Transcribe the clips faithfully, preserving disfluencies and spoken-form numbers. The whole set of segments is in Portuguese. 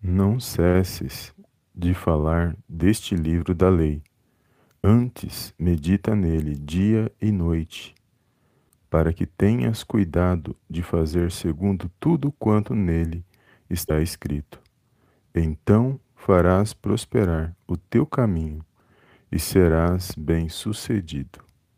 Não cesses de falar deste livro da lei. Antes, medita nele dia e noite, para que tenhas cuidado de fazer segundo tudo quanto nele está escrito. Então farás prosperar o teu caminho e serás bem-sucedido.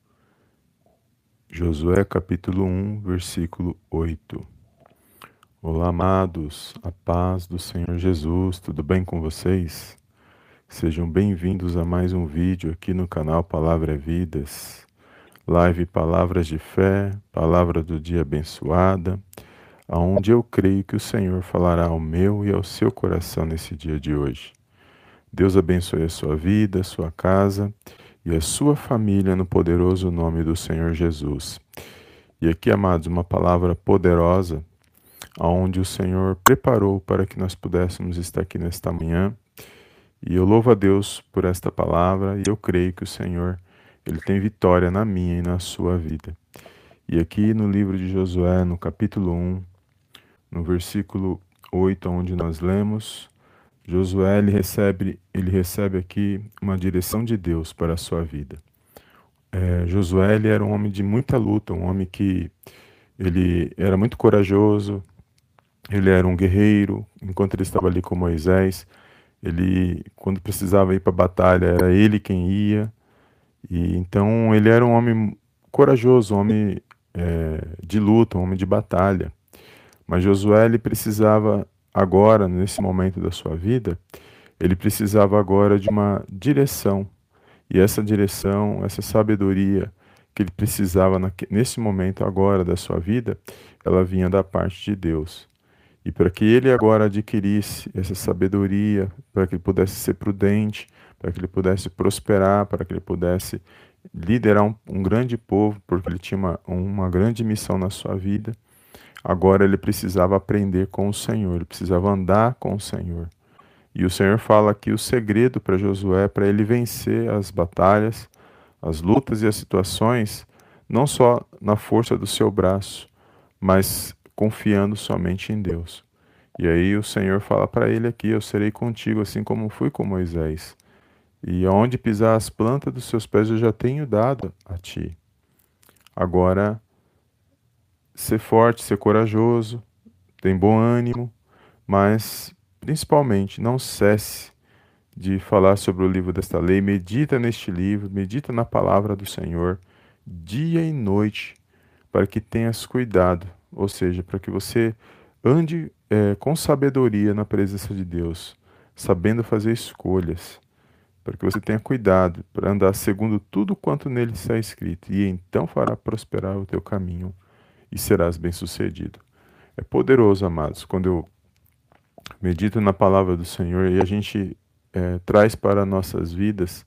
Josué capítulo um, versículo oito. Olá, amados, a paz do Senhor Jesus, tudo bem com vocês? Sejam bem-vindos a mais um vídeo aqui no canal Palavra é Vidas. Live Palavras de Fé, Palavra do Dia Abençoada, aonde eu creio que o Senhor falará ao meu e ao seu coração nesse dia de hoje. Deus abençoe a sua vida, a sua casa e a sua família no poderoso nome do Senhor Jesus. E aqui, amados, uma palavra poderosa, aonde o Senhor preparou para que nós pudéssemos estar aqui nesta manhã. E eu louvo a Deus por esta palavra e eu creio que o Senhor, Ele tem vitória na minha e na sua vida. E aqui no livro de Josué, no capítulo um, no versículo oito, onde nós lemos, Josué ele recebe, ele recebe aqui uma direção de Deus para a sua vida. É, Josué ele era um homem de muita luta, um homem que ele era muito corajoso, ele era um guerreiro, enquanto ele estava ali com Moisés. Ele, quando precisava ir para a batalha, era ele quem ia. E então ele era um homem corajoso, um homem é, de luta, um homem de batalha. Mas Josué ele precisava agora, nesse momento da sua vida, ele precisava agora de uma direção. E essa direção, essa sabedoria que ele precisava naque- nesse momento agora da sua vida, ela vinha da parte de Deus. E para que ele agora adquirisse essa sabedoria, para que ele pudesse ser prudente, para que ele pudesse prosperar, para que ele pudesse liderar um, um grande povo, porque ele tinha uma, uma grande missão na sua vida, agora ele precisava aprender com o Senhor, ele precisava andar com o Senhor. E o Senhor fala aqui o segredo para Josué, para ele vencer as batalhas, as lutas e as situações, não só na força do seu braço, mas confiando somente em Deus. E aí o Senhor fala para ele aqui: eu serei contigo assim como fui com Moisés. E aonde pisar as plantas dos seus pés eu já tenho dado a ti. Agora, ser forte, ser corajoso, tem bom ânimo, mas principalmente não cesse de falar sobre o livro desta lei. Medita neste livro, medita na palavra do Senhor, dia e noite, para que tenhas cuidado, ou seja, para que você ande é, com sabedoria na presença de Deus, sabendo fazer escolhas, para que você tenha cuidado para andar segundo tudo quanto nele está escrito, e então fará prosperar o teu caminho e serás bem-sucedido. É poderoso, amados, quando eu medito na palavra do Senhor e a gente é, traz para nossas vidas,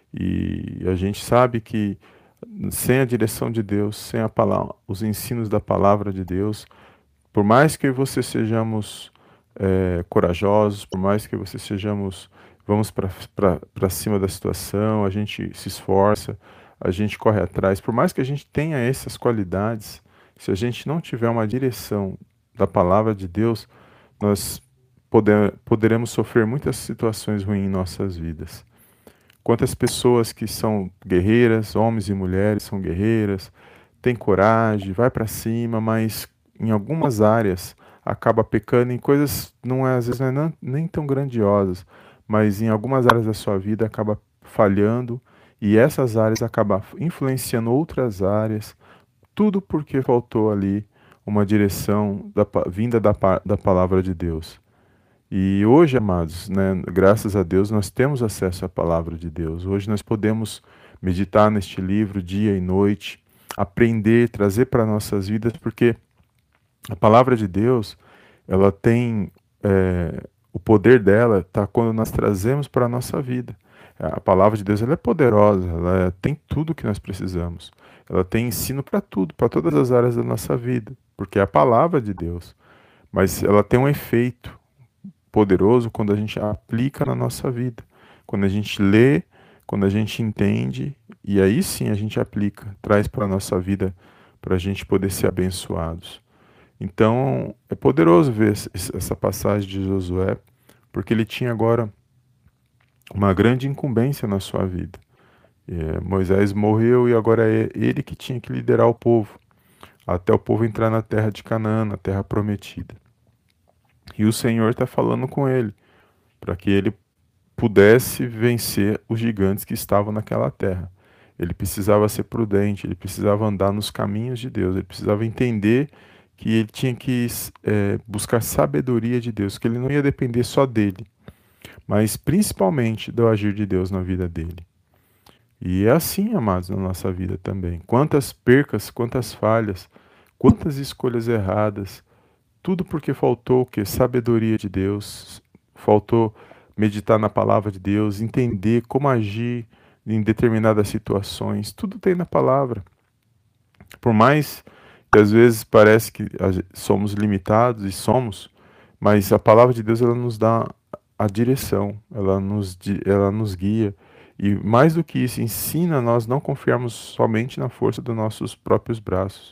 e a gente sabe que sem a direção de Deus, sem a palavra, os ensinos da palavra de Deus, por mais que você sejamos é, corajosos, por mais que você sejamos, vamos para cima da situação, a gente se esforça, a gente corre atrás, por mais que a gente tenha essas qualidades, se a gente não tiver uma direção da palavra de Deus, nós poder, poderemos sofrer muitas situações ruins em nossas vidas. Quantas pessoas que são guerreiras, homens e mulheres são guerreiras, têm coragem, vai para cima, mas em algumas áreas acaba pecando em coisas, não é, às vezes não é não- nem tão grandiosas, mas em algumas áreas da sua vida acaba falhando e essas áreas acabam influenciando outras áreas, tudo porque faltou ali uma direção da, pa- vinda da, pa- da palavra de Deus. E hoje, amados, né, graças a Deus, nós temos acesso à palavra de Deus. Hoje nós podemos meditar neste livro dia e noite, aprender, trazer para nossas vidas, porque a palavra de Deus, ela tem, é, o poder dela está quando nós trazemos para a nossa vida. A palavra de Deus ela é poderosa, ela é- tem tudo que nós precisamos. Ela tem ensino para tudo, para todas as áreas da nossa vida, porque é a palavra de Deus. Mas ela tem um efeito poderoso quando a gente aplica na nossa vida. Quando a gente lê, quando a gente entende, e aí sim a gente aplica, traz para a nossa vida, para a gente poder ser abençoados. Então, é poderoso ver esse- essa passagem de Josué, porque ele tinha agora uma grande incumbência na sua vida. É, Moisés morreu e agora é ele que tinha que liderar o povo, até o povo entrar na terra de Canaã, na terra prometida. E o Senhor está falando com ele, para que ele pudesse vencer os gigantes que estavam naquela terra. Ele precisava ser prudente, ele precisava andar nos caminhos de Deus, ele precisava entender que ele tinha que é, buscar sabedoria de Deus, que ele não ia depender só dele, mas principalmente do agir de Deus na vida dele. E é assim, amados, na nossa vida também. Quantas percas, quantas falhas, quantas escolhas erradas, tudo porque faltou o quê? Sabedoria de Deus, faltou meditar na palavra de Deus, entender como agir em determinadas situações, tudo tem na palavra. Por mais que às vezes parece que somos limitados, e somos, mas a palavra de Deus ela nos dá a direção, ela nos, ela nos guia. E mais do que isso, ensina a nós não confiarmos somente na força dos nossos próprios braços.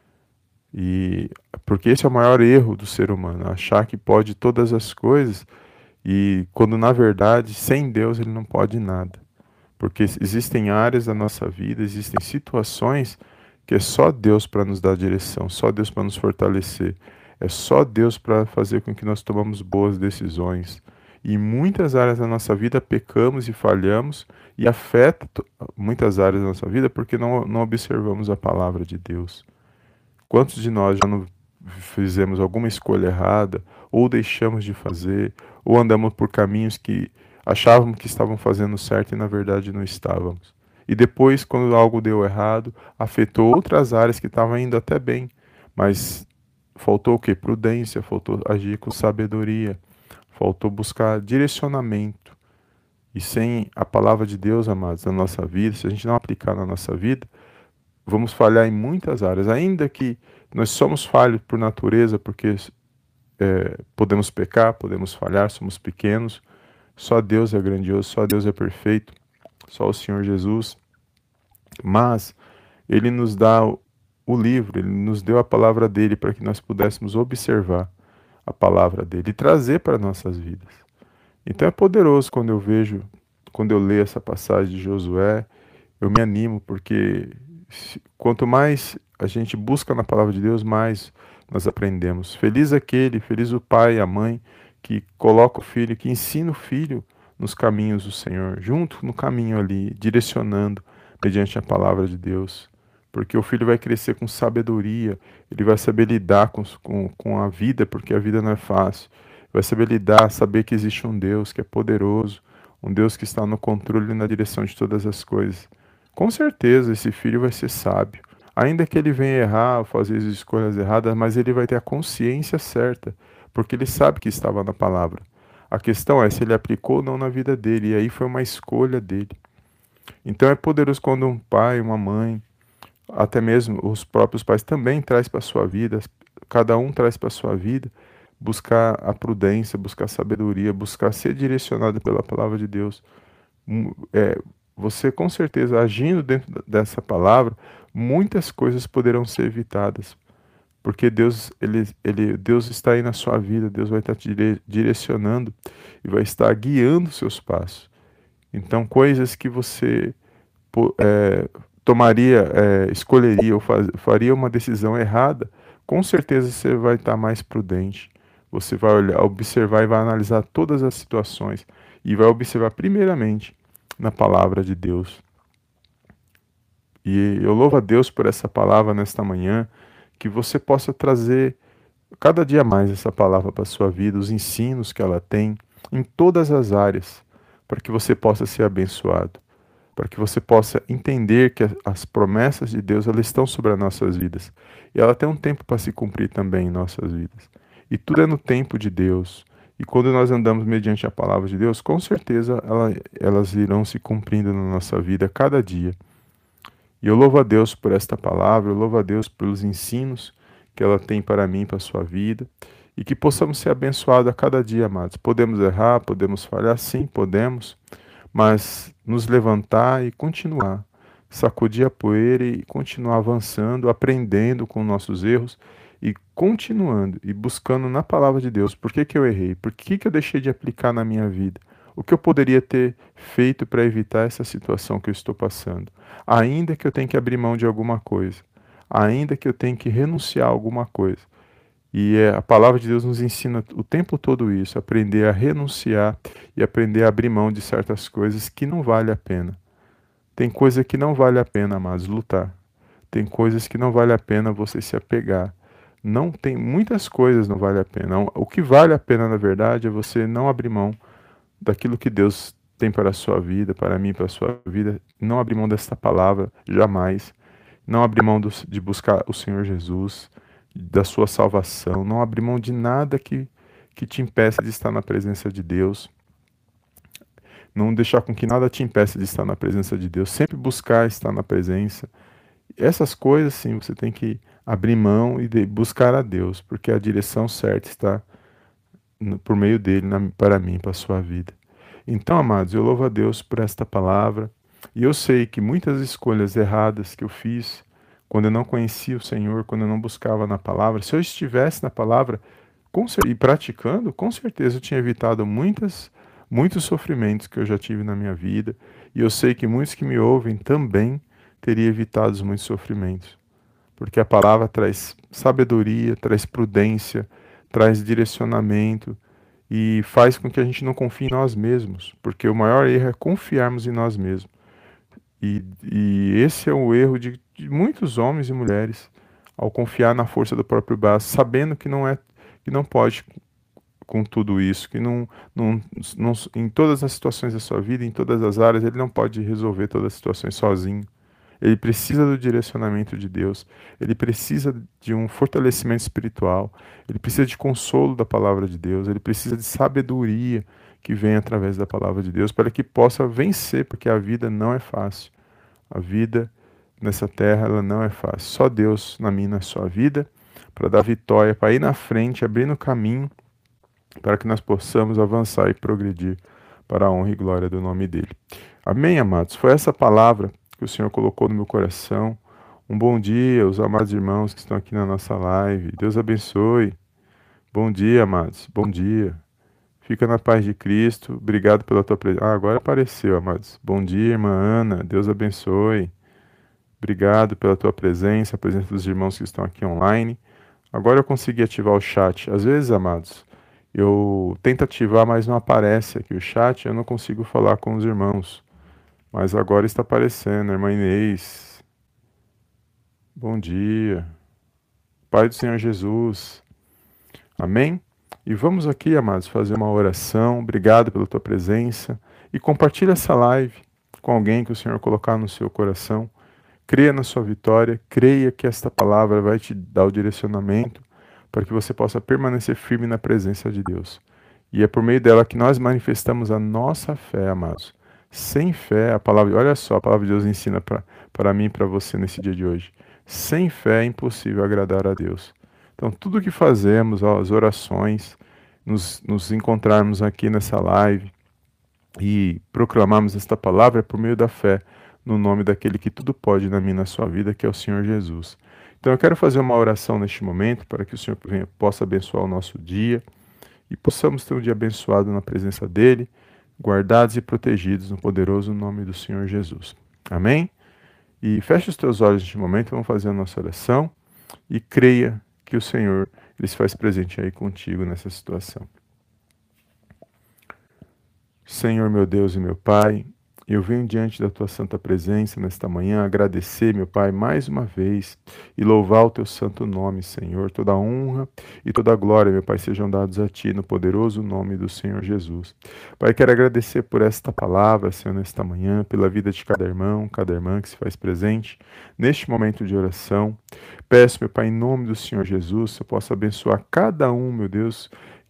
E porque esse é o maior erro do ser humano, achar que pode todas as coisas, e quando na verdade, sem Deus, ele não pode nada. Porque existem áreas da nossa vida, existem situações que é só Deus para nos dar direção, só Deus para nos fortalecer, é só Deus para fazer com que nós tomamos boas decisões. E em muitas áreas da nossa vida pecamos e falhamos, e afeta muitas áreas da nossa vida porque não, não observamos a palavra de Deus. Quantos de nós já não fizemos alguma escolha errada, ou deixamos de fazer, ou andamos por caminhos que achávamos que estavam fazendo certo e na verdade não estávamos. E depois, quando algo deu errado, afetou outras áreas que estavam indo até bem, mas faltou o quê? Prudência, faltou agir com sabedoria, faltou buscar direcionamento. E sem a palavra de Deus, amados, na nossa vida, se a gente não aplicar na nossa vida, vamos falhar em muitas áreas. Ainda que nós somos falhos por natureza, porque é, podemos pecar, podemos falhar, somos pequenos. Só Deus é grandioso, só Deus é perfeito, só o Senhor Jesus. Mas Ele nos dá o livro, Ele nos deu a palavra dEle para que nós pudéssemos observar a palavra dEle e trazer para nossas vidas. Então é poderoso quando eu vejo, quando eu leio essa passagem de Josué, eu me animo, porque quanto mais a gente busca na palavra de Deus, mais nós aprendemos. Feliz aquele, feliz o pai e a mãe que coloca o filho, que ensina o filho nos caminhos do Senhor, junto no caminho ali, direcionando mediante a palavra de Deus. Porque o filho vai crescer com sabedoria, ele vai saber lidar com, com, com a vida, porque a vida não é fácil. Vai saber lidar, saber que existe um Deus que é poderoso, um Deus que está no controle e na direção de todas as coisas. Com certeza esse filho vai ser sábio. Ainda que ele venha errar, fazer as escolhas erradas, mas ele vai ter a consciência certa, porque ele sabe que estava na palavra. A questão é se ele aplicou ou não na vida dele, e aí foi uma escolha dele. Então é poderoso quando um pai, uma mãe, até mesmo os próprios pais também traz para a sua vida, cada um traz para a sua vida, buscar a prudência, buscar a sabedoria, buscar ser direcionado pela palavra de Deus. É, você com certeza, agindo dentro dessa palavra, muitas coisas poderão ser evitadas. Porque Deus, ele, ele, Deus está aí na sua vida, Deus vai estar te direcionando e vai estar guiando os seus passos. Então, coisas que você é, tomaria, é, escolheria ou faz, faria uma decisão errada, com certeza você vai estar mais prudente. Você vai olhar, observar e vai analisar todas as situações e vai observar primeiramente na palavra de Deus. E eu louvo a Deus por essa palavra nesta manhã, que você possa trazer cada dia mais essa palavra para a sua vida, os ensinos que ela tem em todas as áreas, para que você possa ser abençoado, para que você possa entender que as promessas de Deus elas estão sobre as nossas vidas e ela tem um tempo para se cumprir também em nossas vidas. E tudo é no tempo de Deus. E quando nós andamos mediante a palavra de Deus, com certeza ela, elas irão se cumprindo na nossa vida cada dia. E eu louvo a Deus por esta palavra, eu louvo a Deus pelos ensinos que ela tem para mim, para a sua vida, e que possamos ser abençoados a cada dia, amados. Podemos errar, podemos falhar, sim, podemos, mas nos levantar e continuar, sacudir a poeira e continuar avançando, aprendendo com nossos erros e continuando e buscando na palavra de Deus, por que que eu errei? Por que que eu deixei de aplicar na minha vida? O que eu poderia ter feito para evitar essa situação que eu estou passando? Ainda que eu tenha que abrir mão de alguma coisa, ainda que eu tenha que renunciar a alguma coisa. E é, a palavra de Deus nos ensina o tempo todo isso, aprender a renunciar e aprender a abrir mão de certas coisas que não vale a pena. Tem coisa que não vale a pena, amados, lutar. Tem coisas que não vale a pena você se apegar. Não tem muitas coisas não vale a pena. O que vale a pena, na verdade, é você não abrir mão daquilo que Deus tem para a sua vida, para mim, para a sua vida. Não abrir mão desta palavra, jamais. Não abrir mão do, de buscar o Senhor Jesus, da sua salvação. Não abrir mão de nada que, que te impeça de estar na presença de Deus. Não deixar com que nada te impeça de estar na presença de Deus. Sempre buscar estar na presença. Essas coisas, sim, você tem que abrir mão e de, buscar a Deus, porque a direção certa está no, por meio dele, na, para mim, para a sua vida. Então, amados, eu louvo a Deus por esta palavra. E eu sei que muitas escolhas erradas que eu fiz, quando eu não conhecia o Senhor, quando eu não buscava na palavra, se eu estivesse na palavra com, e praticando, com certeza eu tinha evitado muitas muitos sofrimentos que eu já tive na minha vida, e eu sei que muitos que me ouvem também teriam evitado muitos sofrimentos, porque a palavra traz sabedoria, traz prudência, traz direcionamento e faz com que a gente não confie em nós mesmos, porque o maior erro é confiarmos em nós mesmos. E, e esse é o erro de, de muitos homens e mulheres, ao confiar na força do próprio braço, sabendo que não é, que não pode com tudo isso, que não, não, não, em todas as situações da sua vida, em todas as áreas, ele não pode resolver todas as situações sozinho. Ele precisa do direcionamento de Deus, ele precisa de um fortalecimento espiritual, ele precisa de consolo da palavra de Deus, ele precisa de sabedoria que vem através da palavra de Deus para que possa vencer, porque a vida não é fácil. A vida nessa terra, ela não é fácil. Só Deus na minha, na sua vida, para dar vitória, para ir na frente, abrindo caminho, para que nós possamos avançar e progredir para a honra e glória do nome dele. Amém, amados? Foi essa palavra que o Senhor colocou no meu coração. Um bom dia, os amados irmãos que estão aqui na nossa live. Deus abençoe. Bom dia, amados. Bom dia. Fica na paz de Cristo. Obrigado pela tua presença. Ah, agora apareceu, amados. Bom dia, irmã Ana. Deus abençoe. Obrigado pela tua presença, a presença dos irmãos que estão aqui online. Agora eu consegui ativar o chat. Às vezes, amados, eu tento ativar, mas não aparece aqui o chat, eu não consigo falar com os irmãos. Mas agora está aparecendo, irmã Inês. Bom dia. Pai do Senhor Jesus. Amém? E vamos aqui, amados, fazer uma oração. Obrigado pela tua presença. E compartilha essa live com alguém que o Senhor colocar no seu coração. Creia na sua vitória. Creia que esta palavra vai te dar o direcionamento para que você possa permanecer firme na presença de Deus. E é por meio dela que nós manifestamos a nossa fé, amados. Sem fé, a palavra, olha só, a palavra de Deus ensina para mim e para você nesse dia de hoje. Sem fé é impossível agradar a Deus. Então, tudo que fazemos, ó, as orações, nos, nos encontrarmos aqui nessa live e proclamarmos esta palavra é por meio da fé, no nome daquele que tudo pode na minha e na sua vida, que é o Senhor Jesus. Então eu quero fazer uma oração neste momento para que o Senhor venha, possa abençoar o nosso dia e possamos ter um dia abençoado na presença dEle, guardados e protegidos no poderoso nome do Senhor Jesus. Amém? E feche os teus olhos neste momento, vamos fazer a nossa oração e creia que o Senhor ele se faz presente aí contigo nessa situação. Senhor, meu Deus e meu Pai, eu venho diante da Tua santa presença nesta manhã, agradecer, meu Pai, mais uma vez e louvar o Teu santo nome, Senhor. Toda a honra e toda a glória, meu Pai, sejam dados a Ti no poderoso nome do Senhor Jesus. Pai, quero agradecer por esta palavra, Senhor, nesta manhã, pela vida de cada irmão, cada irmã que se faz presente neste momento de oração. Peço, meu Pai, em nome do Senhor Jesus, que eu possa abençoar cada um, meu Deus,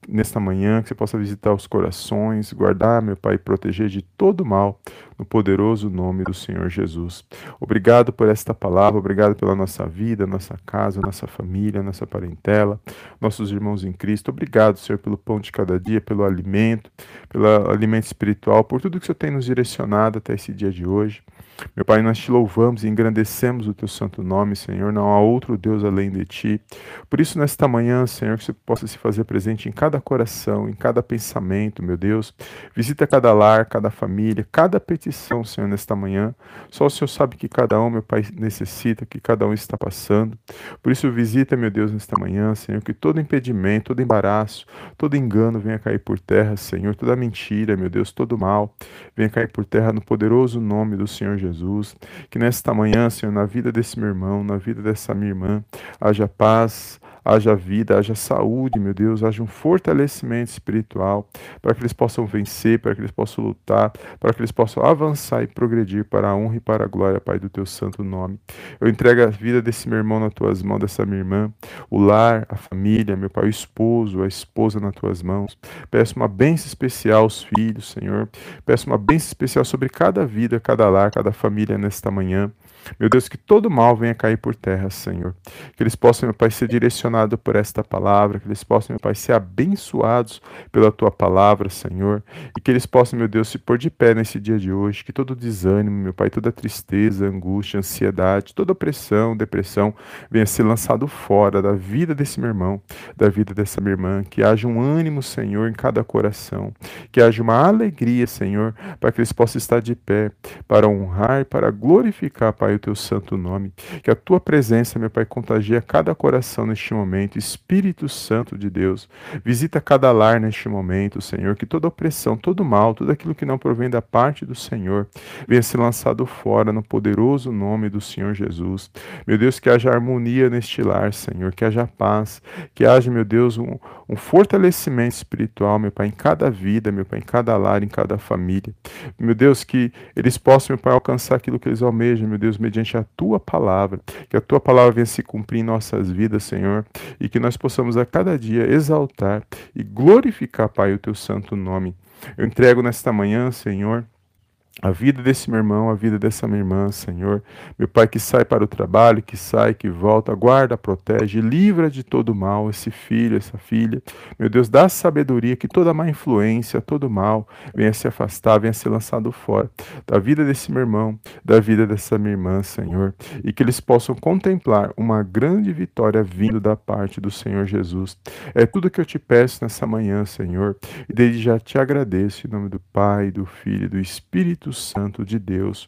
nesta manhã, que você possa visitar os corações, guardar, meu Pai, e proteger de todo mal, no poderoso nome do Senhor Jesus. Obrigado por esta palavra, obrigado pela nossa vida, nossa casa, nossa família, nossa parentela, nossos irmãos em Cristo. Obrigado, Senhor, pelo pão de cada dia, pelo alimento, pelo alimento espiritual, por tudo que o Senhor tem nos direcionado até esse dia de hoje. Meu Pai, nós te louvamos e engrandecemos o teu santo nome, Senhor. Não há outro Deus além de ti. Por isso, nesta manhã, Senhor, que você possa se fazer presente em cada coração, em cada pensamento, meu Deus. Visita cada lar, cada família, cada petição, Senhor, nesta manhã. Só o Senhor sabe que cada um, meu Pai, necessita, que cada um está passando. Por isso, visita, meu Deus, nesta manhã, Senhor, que todo impedimento, todo embaraço, todo engano venha cair por terra, Senhor. Toda mentira, meu Deus, todo mal venha cair por terra no poderoso nome do Senhor Jesus. Jesus, que nesta manhã, Senhor, na vida desse meu irmão, na vida dessa minha irmã, haja paz, haja vida, haja saúde, meu Deus, haja um fortalecimento espiritual, para que eles possam vencer, para que eles possam lutar, para que eles possam avançar e progredir para a honra e para a glória, Pai, do teu santo nome. Eu entrego a vida desse meu irmão nas tuas mãos, dessa minha irmã, o lar, a família, meu Pai, o esposo, a esposa nas tuas mãos. Peço uma bênção especial aos filhos, Senhor. Peço uma bênção especial sobre cada vida, cada lar, cada família nesta manhã. Meu Deus, que todo mal venha cair por terra, Senhor. Que eles possam, meu Pai, ser direcionados por esta palavra, que eles possam, meu Pai, ser abençoados pela tua palavra, Senhor. E que eles possam, meu Deus, se pôr de pé nesse dia de hoje. Que todo desânimo, meu Pai, toda tristeza, angústia, ansiedade, toda opressão, depressão, venha ser lançado fora da vida desse meu irmão, da vida dessa minha irmã. Que haja um ânimo, Senhor, em cada coração. Que haja uma alegria, Senhor, para que eles possam estar de pé, para honrar, para glorificar, Pai, o teu santo nome. Que a tua presença, meu Pai, contagie cada coração neste momento. Espírito Santo de Deus, visita cada lar neste momento, Senhor. Que toda opressão, todo mal, tudo aquilo que não provém da parte do Senhor, venha ser lançado fora no poderoso nome do Senhor Jesus. Meu Deus, que haja harmonia neste lar, Senhor. Que haja paz, que haja, meu Deus, um, um fortalecimento espiritual, meu Pai, em cada vida, meu Pai, em cada lar, em cada família. Meu Deus, que eles possam, meu Pai, alcançar aquilo que eles almejam, meu Deus, mediante a tua palavra, que a tua palavra venha se cumprir em nossas vidas, Senhor, e que nós possamos a cada dia exaltar e glorificar, Pai, o teu santo nome. Eu entrego nesta manhã, Senhor, a vida desse meu irmão, a vida dessa minha irmã, Senhor. Meu Pai, que sai para o trabalho, que sai, que volta, guarda, protege, livra de todo mal esse filho, essa filha. Meu Deus, dá sabedoria, que toda má influência, todo mal venha se afastar, venha ser lançado fora da vida desse meu irmão, da vida dessa minha irmã, Senhor. E que eles possam contemplar uma grande vitória vindo da parte do Senhor Jesus. É tudo que eu te peço nessa manhã, Senhor. E desde já te agradeço em nome do Pai, do Filho e do Espírito Santo de Deus.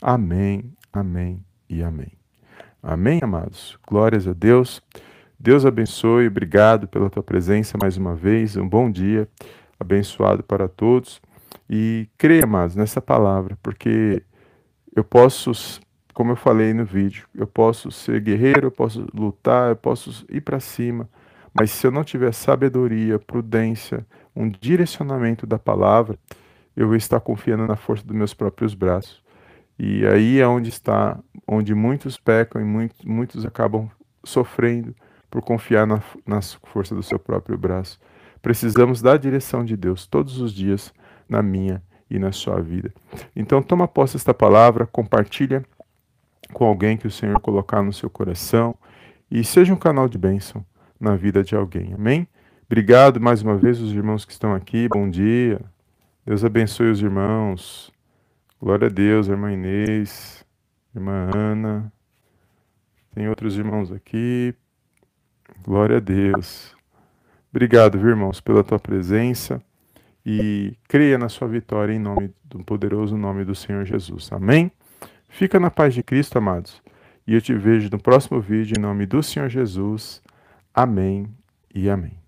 Amém, amém e amém. Amém, amados? Glórias a Deus. Deus abençoe, obrigado pela tua presença mais uma vez. Um bom dia, abençoado para todos. E creia, amados, nessa palavra, porque eu posso, como eu falei no vídeo, eu posso ser guerreiro, eu posso lutar, eu posso ir para cima, mas se eu não tiver sabedoria, prudência, um direcionamento da palavra, eu vou estar confiando na força dos meus próprios braços. E aí é onde está, onde muitos pecam e muitos, muitos acabam sofrendo por confiar na, na força do seu próprio braço. Precisamos da direção de Deus todos os dias na minha e na sua vida. Então toma posse desta palavra, compartilha com alguém que o Senhor colocar no seu coração e seja um canal de bênção na vida de alguém. Amém? Obrigado mais uma vez os irmãos que estão aqui. Bom dia. Deus abençoe os irmãos. Glória a Deus, irmã Inês, irmã Ana. Tem outros irmãos aqui. Glória a Deus. Obrigado, viu, irmãos, pela tua presença. E creia na sua vitória em nome do poderoso nome do Senhor Jesus. Amém? Fica na paz de Cristo, amados. E eu te vejo no próximo vídeo em nome do Senhor Jesus. Amém e amém.